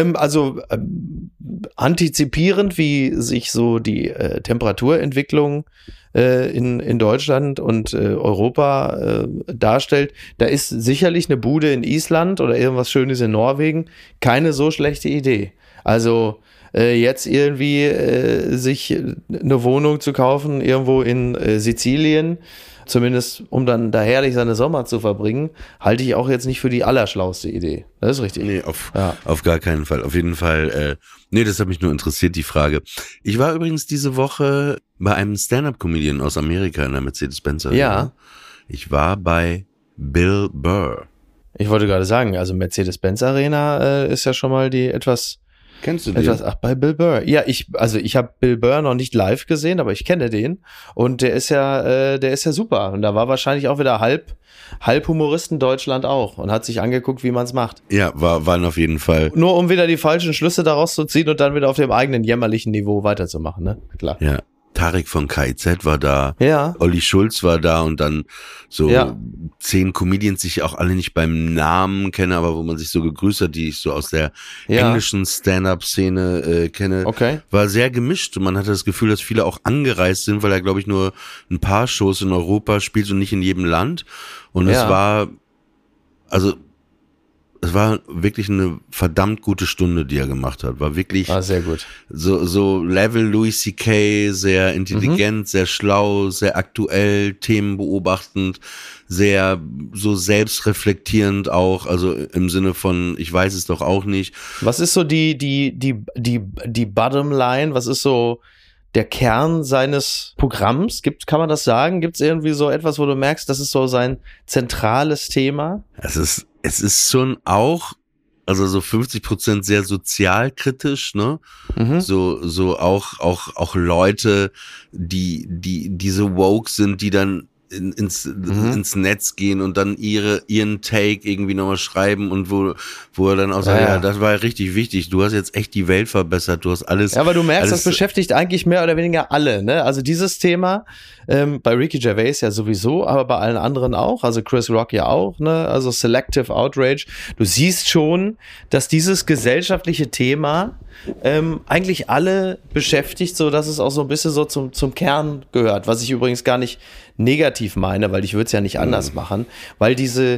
Antizipierend, wie sich so die Temperaturentwicklung in Deutschland und Europa darstellt, da ist sicherlich eine Bude in Island oder irgendwas Schönes in Norwegen keine so schlechte Idee. Also jetzt irgendwie sich eine Wohnung zu kaufen irgendwo in Sizilien, zumindest um dann da herrlich seine Sommer zu verbringen, halte ich auch jetzt nicht für die allerschlauste Idee. Das ist richtig. Nee, auf gar keinen Fall. Auf jeden Fall, das hat mich nur interessiert, die Frage. Ich war übrigens diese Woche bei einem Stand-Up-Comedian aus Amerika in der Mercedes-Benz Arena. Ja. Ich war bei Bill Burr. Ich wollte gerade sagen, also Mercedes-Benz Arena ist ja schon mal die etwas... Kennst du den? Bei Bill Burr. Ja, ich habe Bill Burr noch nicht live gesehen, aber ich kenne den und der ist ja super. Und da war wahrscheinlich auch wieder halb Humoristen Deutschland auch und hat sich angeguckt, wie man es macht. Ja, waren auf jeden Fall. Nur um wieder die falschen Schlüsse daraus zu ziehen und dann wieder auf dem eigenen jämmerlichen Niveau weiterzumachen, ne? Klar. Ja. Tarek von KIZ war da, Ja. Olli Schulz war da und dann so 10 Comedians, die ich auch alle nicht beim Namen kenne, aber wo man sich so gegrüßt hat, die ich so aus der englischen Stand-Up-Szene kenne. Okay. War sehr gemischt und man hatte das Gefühl, dass viele auch angereist sind, weil er, glaube ich, nur ein paar Shows in Europa spielt und nicht in jedem Land. Und es war wirklich eine verdammt gute Stunde, die er gemacht hat. War wirklich sehr gut. So Level Louis C.K., sehr intelligent, sehr schlau, sehr aktuell, Themen beobachtend, sehr so selbstreflektierend auch, also im Sinne von, ich weiß es doch auch nicht. Was ist so die Bottomline? Was ist so der Kern seines Programms? Kann man das sagen? Gibt es irgendwie so etwas, wo du merkst, das ist so sein zentrales Thema? Es ist schon auch, also so 50% sehr sozialkritisch, ne? So auch Leute, die so woke sind, die dann ins Netz gehen und dann ihren Take irgendwie nochmal schreiben und wo er dann auch sagt, ja, das war richtig wichtig, du hast jetzt echt die Welt verbessert, du hast alles. Ja, aber du merkst, das beschäftigt eigentlich mehr oder weniger alle, ne? Also dieses Thema, bei Ricky Gervais ja sowieso, aber bei allen anderen auch, also Chris Rock ja auch, ne? Also Selective Outrage. Du siehst schon, dass dieses gesellschaftliche Thema eigentlich alle beschäftigt, so dass es auch so ein bisschen so zum Kern gehört, was ich übrigens gar nicht negativ meine, weil ich würde es ja nicht anders machen, weil diese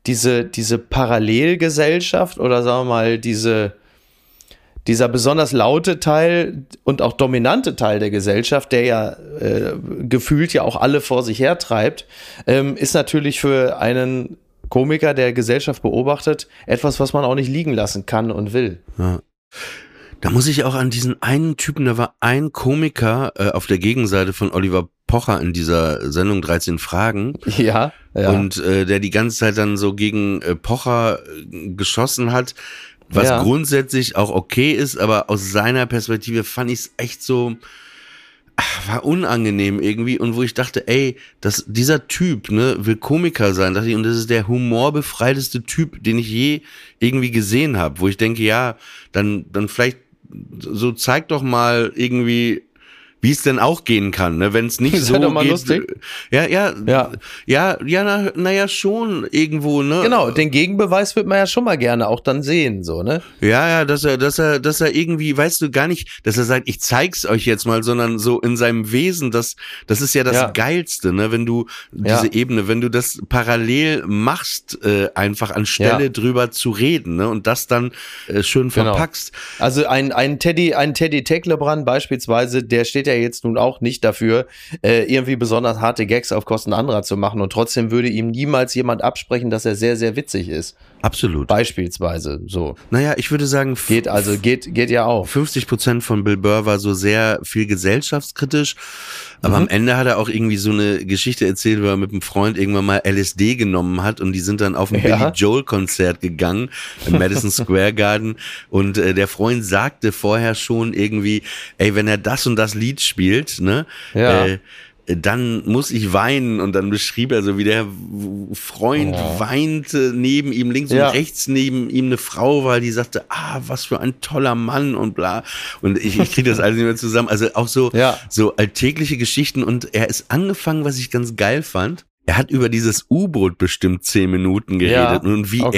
Parallelgesellschaft oder sagen wir mal dieser besonders laute Teil und auch dominante Teil der Gesellschaft, der ja gefühlt ja auch alle vor sich hertreibt, ist natürlich für einen Komiker, der Gesellschaft beobachtet, etwas, was man auch nicht liegen lassen kann und will. Ja. Da muss ich auch an diesen einen Typen, da war ein Komiker auf der Gegenseite von Oliver Pocher in dieser Sendung 13 Fragen. Ja. Und der die ganze Zeit dann so gegen Pocher geschossen hat, was grundsätzlich auch okay ist, aber aus seiner Perspektive fand ich es echt so, war unangenehm irgendwie, und wo ich dachte, ey, dieser Typ, ne, will Komiker sein, dachte ich, und das ist der humorbefreiteste Typ, den ich je irgendwie gesehen habe, wo ich denke, ja, dann vielleicht so zeig doch mal irgendwie, wie es denn auch gehen kann, ne? Wenn es nicht so doch mal geht. Lustig. Naja, schon irgendwo, ne? Genau, den Gegenbeweis wird man ja schon mal gerne auch dann sehen, so, ne? Ja, dass er irgendwie, weißt du, gar nicht, dass er sagt, ich zeig's euch jetzt mal, sondern so in seinem Wesen, das ist ja das Geilste, ne? Wenn du diese Ebene, wenn du das parallel machst, einfach anstelle drüber zu reden, ne? Und das dann schön verpackst. Also ein Teddy Tecklebrand beispielsweise, der steht ja jetzt nun auch nicht dafür, irgendwie besonders harte Gags auf Kosten anderer zu machen, und trotzdem würde ihm niemals jemand absprechen, dass er sehr, sehr witzig ist. Absolut. Beispielsweise, so. Naja, ich würde sagen, geht ja auch. 50% von Bill Burr war so sehr viel gesellschaftskritisch, aber am Ende hat er auch irgendwie so eine Geschichte erzählt, wo er mit einem Freund irgendwann mal LSD genommen hat, und die sind dann auf ein Billy Joel Konzert gegangen im Madison Square Garden, und der Freund sagte vorher schon irgendwie, ey, wenn er das und das Lied spielt, ne, dann muss ich weinen. Und dann beschrieb er so, wie der Freund weinte neben ihm, links und rechts neben ihm eine Frau, weil die sagte, was für ein toller Mann und bla. Und ich kriege das alles nicht mehr zusammen. Also auch so alltägliche Geschichten. Und er ist angefangen, was ich ganz geil fand. Er hat über dieses U-Boot bestimmt 10 Minuten geredet. Und wie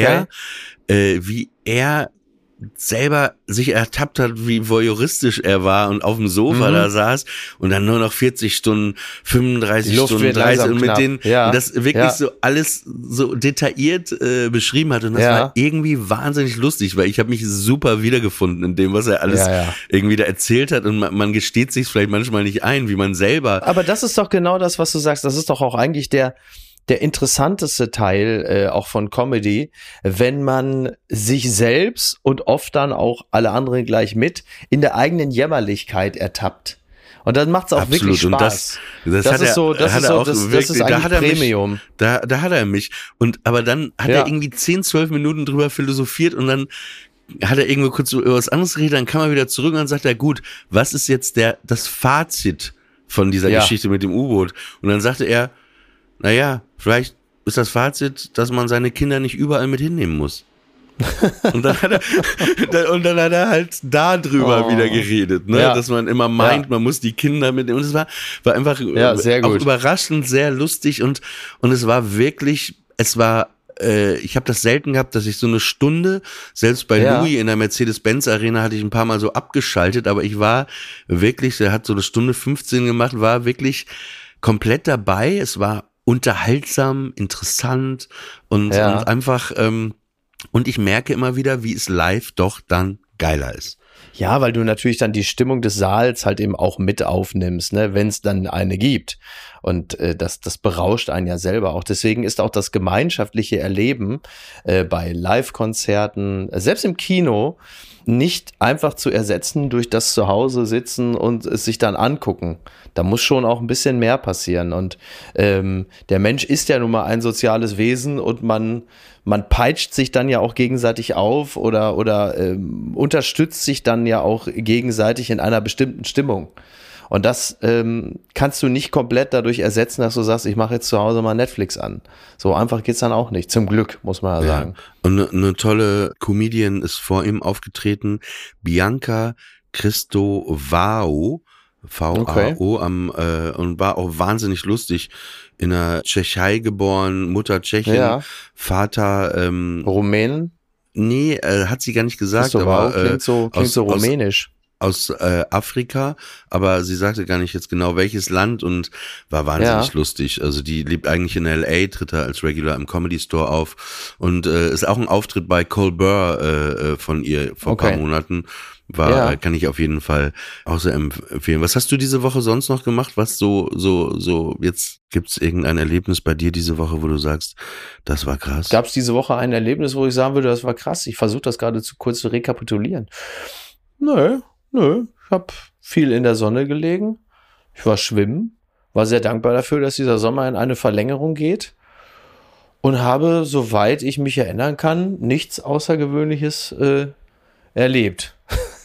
er selber sich ertappt hat, wie voyeuristisch er war und auf dem Sofa da saß und dann nur noch 40 Stunden, 35 Stunden, 30 und mit denen und das wirklich so alles so detailliert beschrieben hat und das war irgendwie wahnsinnig lustig, weil ich habe mich super wiedergefunden in dem, was er alles irgendwie da erzählt hat und man gesteht sich vielleicht manchmal nicht ein, wie man selber. Aber das ist doch genau das, was du sagst, das ist doch auch eigentlich der interessanteste Teil auch von Comedy, wenn man sich selbst und oft dann auch alle anderen gleich mit in der eigenen Jämmerlichkeit ertappt. Und dann macht's auch wirklich Spaß. Und das ist eigentlich Premium. Da hat er mich. Aber dann hat er irgendwie 10, 12 Minuten drüber philosophiert und dann hat er irgendwo kurz über was anderes geredet, dann kam er wieder zurück und dann sagt er, gut, was ist jetzt das Fazit von dieser Geschichte mit dem U-Boot? Und dann sagte er, naja, vielleicht ist das Fazit, dass man seine Kinder nicht überall mit hinnehmen muss. Und dann hat er halt da drüber wieder geredet, ne? Dass man immer meint, man muss die Kinder mitnehmen. Und es war einfach auch überraschend sehr lustig und es war wirklich, ich habe das selten gehabt, dass ich so eine Stunde, selbst bei Louis in der Mercedes-Benz Arena hatte ich ein paar Mal so abgeschaltet, aber ich war wirklich, der hat so 1:15 gemacht, war wirklich komplett dabei. Es war unterhaltsam, interessant und einfach, und ich merke immer wieder, wie es live doch dann geiler ist. Ja, weil du natürlich dann die Stimmung des Saals halt eben auch mit aufnimmst, ne, wenn es dann eine gibt. Und das berauscht einen ja selber auch. Deswegen ist auch das gemeinschaftliche Erleben bei Live-Konzerten, selbst im Kino, nicht einfach zu ersetzen durch das Zuhause sitzen und es sich dann angucken. Da muss schon auch ein bisschen mehr passieren. Und der Mensch ist ja nun mal ein soziales Wesen und man peitscht sich dann ja auch gegenseitig auf oder unterstützt sich dann ja auch gegenseitig in einer bestimmten Stimmung. Und das kannst du nicht komplett dadurch ersetzen, dass du sagst, ich mache jetzt zu Hause mal Netflix an. So einfach geht's dann auch nicht. Zum Glück, muss man ja sagen. Und eine tolle Comedian ist vor ihm aufgetreten, Bianca Christovao, V-A-O, und war auch wahnsinnig lustig. In der Tschechei geboren, Mutter Tschechin, Vater Rumänen? Nee, hat sie gar nicht gesagt, aber klingt so rumänisch. Aus Afrika, aber sie sagte gar nicht jetzt genau welches Land und war wahnsinnig lustig. Also die lebt eigentlich in L.A., tritt da als Regular im Comedy Store auf und ist auch ein Auftritt bei Colbert von ihr vor ein paar Monaten. Kann ich auf jeden Fall auch sehr empfehlen. Was hast du diese Woche sonst noch gemacht? Was so jetzt gibt's irgendein Erlebnis bei dir diese Woche, wo du sagst, das war krass? Gab es diese Woche ein Erlebnis, wo ich sagen würde, das war krass? Ich versuche das gerade kurz zu rekapitulieren. Nö. Ich habe viel in der Sonne gelegen. Ich war schwimmen, war sehr dankbar dafür, dass dieser Sommer in eine Verlängerung geht und habe, soweit ich mich erinnern kann, nichts Außergewöhnliches erlebt.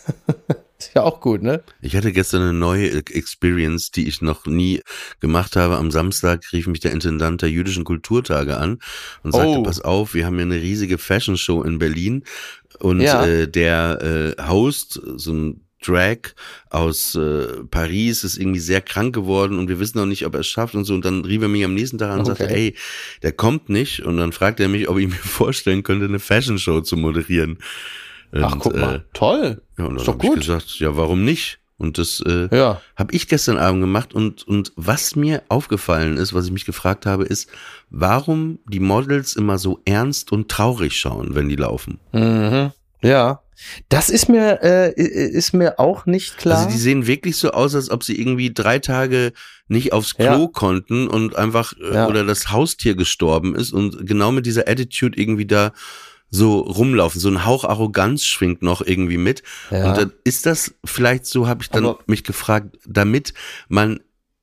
Ist ja auch gut, ne? Ich hatte gestern eine neue Experience, die ich noch nie gemacht habe. Am Samstag rief mich der Intendant der Jüdischen Kulturtage an und sagte, pass auf, wir haben hier eine riesige Fashion Show in Berlin und der Host, so ein Drag aus Paris, ist irgendwie sehr krank geworden und wir wissen noch nicht, ob er es schafft und so. Und dann rief er mich am nächsten Tag an und sagte, ey, der kommt nicht. Und dann fragte er mich, ob ich mir vorstellen könnte, eine Fashion Show zu moderieren. Und, guck mal, toll. Ja, und dann habe ich gesagt, ja, warum nicht? Und das habe ich gestern Abend gemacht. Und was mir aufgefallen ist, was ich mich gefragt habe, ist, warum die Models immer so ernst und traurig schauen, wenn die laufen. Mhm. Ja, das ist mir auch nicht klar. Also die sehen wirklich so aus, als ob sie irgendwie 3 Tage nicht aufs Klo konnten und einfach oder das Haustier gestorben ist und genau mit dieser Attitude irgendwie da so rumlaufen. So ein Hauch Arroganz schwingt noch irgendwie mit. Ja. Und dann ist das vielleicht so, habe ich dann mich gefragt, damit man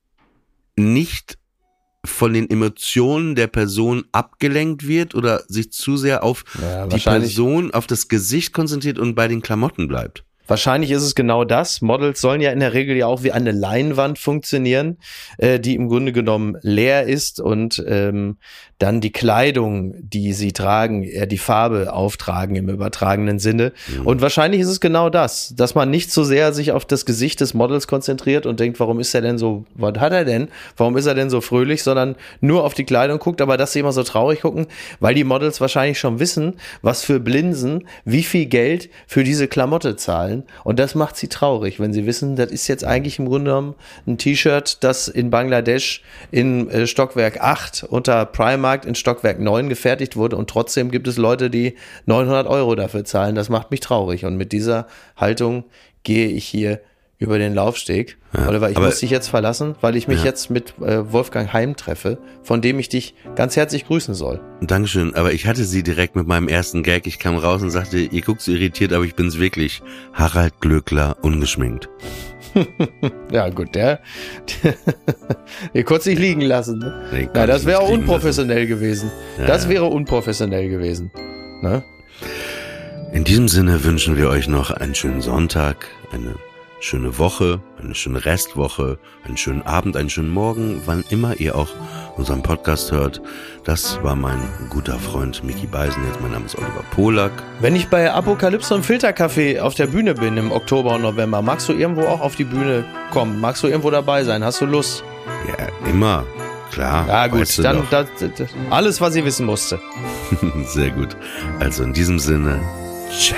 nicht von den Emotionen der Person abgelenkt wird oder sich zu sehr auf die Person, auf das Gesicht konzentriert und bei den Klamotten bleibt. Wahrscheinlich ist es genau das. Models sollen ja in der Regel ja auch wie eine Leinwand funktionieren, die im Grunde genommen leer ist und dann die Kleidung, die sie tragen, eher die Farbe auftragen im übertragenen Sinne. Und wahrscheinlich ist es genau das, dass man nicht so sehr sich auf das Gesicht des Models konzentriert und denkt, warum ist er denn so, was hat er denn? Warum ist er denn so fröhlich? Sondern nur auf die Kleidung guckt, aber dass sie immer so traurig gucken, weil die Models wahrscheinlich schon wissen, was für Blinsen, wie viel Geld für diese Klamotte zahlen. Und das macht sie traurig, wenn sie wissen, das ist jetzt eigentlich im Grunde genommen ein T-Shirt, das in Bangladesch in Stockwerk 8 unter Primark in Stockwerk 9 gefertigt wurde und trotzdem gibt es Leute, die 900 € dafür zahlen. Das macht mich traurig und mit dieser Haltung gehe ich hier über den Laufsteg. Ja, Oliver, ich muss dich jetzt verlassen, weil ich mich jetzt mit Wolfgang Heim treffe, von dem ich dich ganz herzlich grüßen soll. Dankeschön, aber ich hatte sie direkt mit meinem ersten Gag. Ich kam raus und sagte, ihr guckt so irritiert, aber ich bin's wirklich. Harald Glöckler, ungeschminkt. Ja gut, der kurz nicht liegen lassen. Ne? Nee, ja, das wäre auch unprofessionell gewesen. Ja, das wäre unprofessionell gewesen. Ne? In diesem Sinne wünschen wir euch noch einen schönen Sonntag, eine schöne Woche, eine schöne Restwoche, einen schönen Abend, einen schönen Morgen, wann immer ihr auch unseren Podcast hört. Das war mein guter Freund Micky Beisenherz. Mein Name ist Oliver Polak. Wenn ich bei Apokalypse und Filterkaffee auf der Bühne bin im Oktober und November, magst du irgendwo auch auf die Bühne kommen? Magst du irgendwo dabei sein? Hast du Lust? Ja, immer. Klar. Ja gut, dann das, alles, was ich wissen musste. Sehr gut. Also in diesem Sinne, ciao.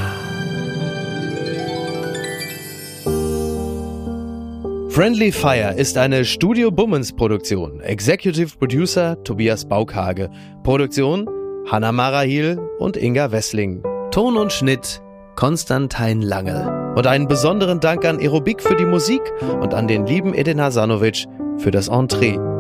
Friendly Fire ist eine Studio Bummens Produktion. Executive Producer Tobias Baukhage. Produktion Hanna Marahil und Inga Wessling. Ton und Schnitt Konstantin Lange. Und einen besonderen Dank an Aerobik für die Musik und an den lieben Edin Hasanovic für das Entree.